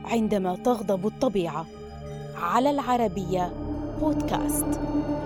عندما تغضب الطبيعة. على العربية بودكاست.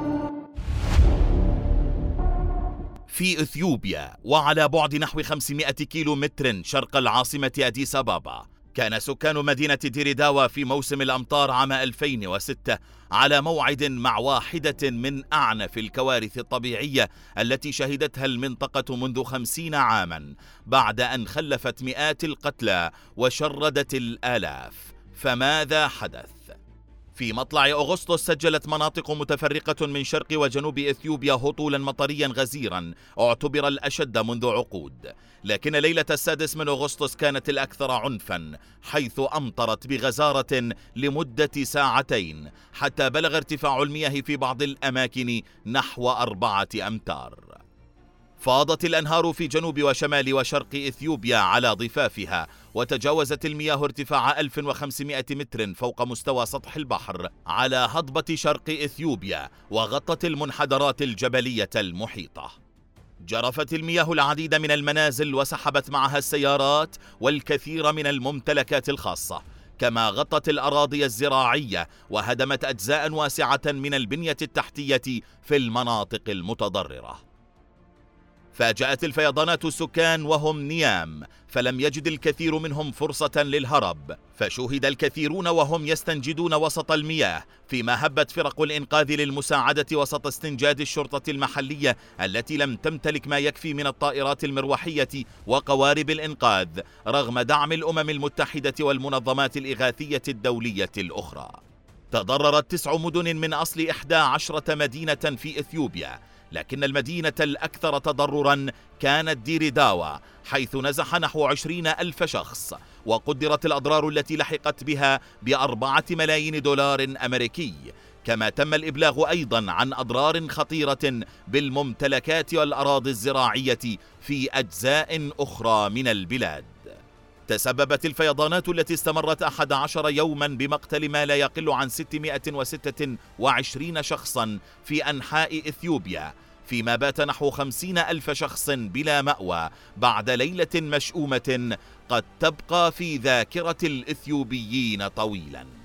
في إثيوبيا وعلى بعد نحو 500 كيلو متر شرق العاصمة أديس أبابا، كان سكان مدينة ديريداوا في موسم الأمطار عام 2006 على موعد مع واحدة من أعنف الكوارث الطبيعية التي شهدتها المنطقة منذ 50 عاما، بعد أن خلفت مئات القتلى وشردت الآلاف. فماذا حدث؟ في مطلع أغسطس سجلت مناطق متفرقة من شرق وجنوب إثيوبيا هطولا مطريا غزيرا اعتبر الأشد منذ عقود، لكن ليلة 6 من أغسطس كانت الأكثر عنفا، حيث أمطرت بغزارة لمدة ساعتين حتى بلغ ارتفاع المياه في بعض الأماكن نحو 4 أمتار. فاضت الأنهار في جنوب وشمال وشرق إثيوبيا على ضفافها، وتجاوزت المياه ارتفاع 1500 متر فوق مستوى سطح البحر على هضبة شرق إثيوبيا، وغطت المنحدرات الجبلية المحيطة. جرفت المياه العديد من المنازل وسحبت معها السيارات والكثير من الممتلكات الخاصة، كما غطت الأراضي الزراعية وهدمت أجزاء واسعة من البنية التحتية في المناطق المتضررة. فاجأت الفيضانات السكان وهم نيام، فلم يجد الكثير منهم فرصة للهرب، فشوهد الكثيرون وهم يستنجدون وسط المياه، فيما هبت فرق الإنقاذ للمساعدة وسط استنجاد الشرطة المحلية التي لم تمتلك ما يكفي من الطائرات المروحية وقوارب الإنقاذ رغم دعم الأمم المتحدة والمنظمات الإغاثية الدولية الأخرى. تضررت 9 مدن من أصل 11 مدينة في إثيوبيا، لكن المدينة الأكثر تضرراً كانت ديريداوا، حيث نزح نحو 20,000 شخص، وقدرت الأضرار التي لحقت بها ب4 ملايين دولار أمريكي، كما تم الإبلاغ أيضاً عن أضرار خطيرة بالممتلكات والأراضي الزراعية في أجزاء أخرى من البلاد. تسببت الفيضانات التي استمرت 11 يوما بمقتل ما لا يقل عن 626 شخصا في أنحاء إثيوبيا، فيما بات نحو 50,000 شخص بلا مأوى بعد ليلة مشؤومة قد تبقى في ذاكرة الإثيوبيين طويلا.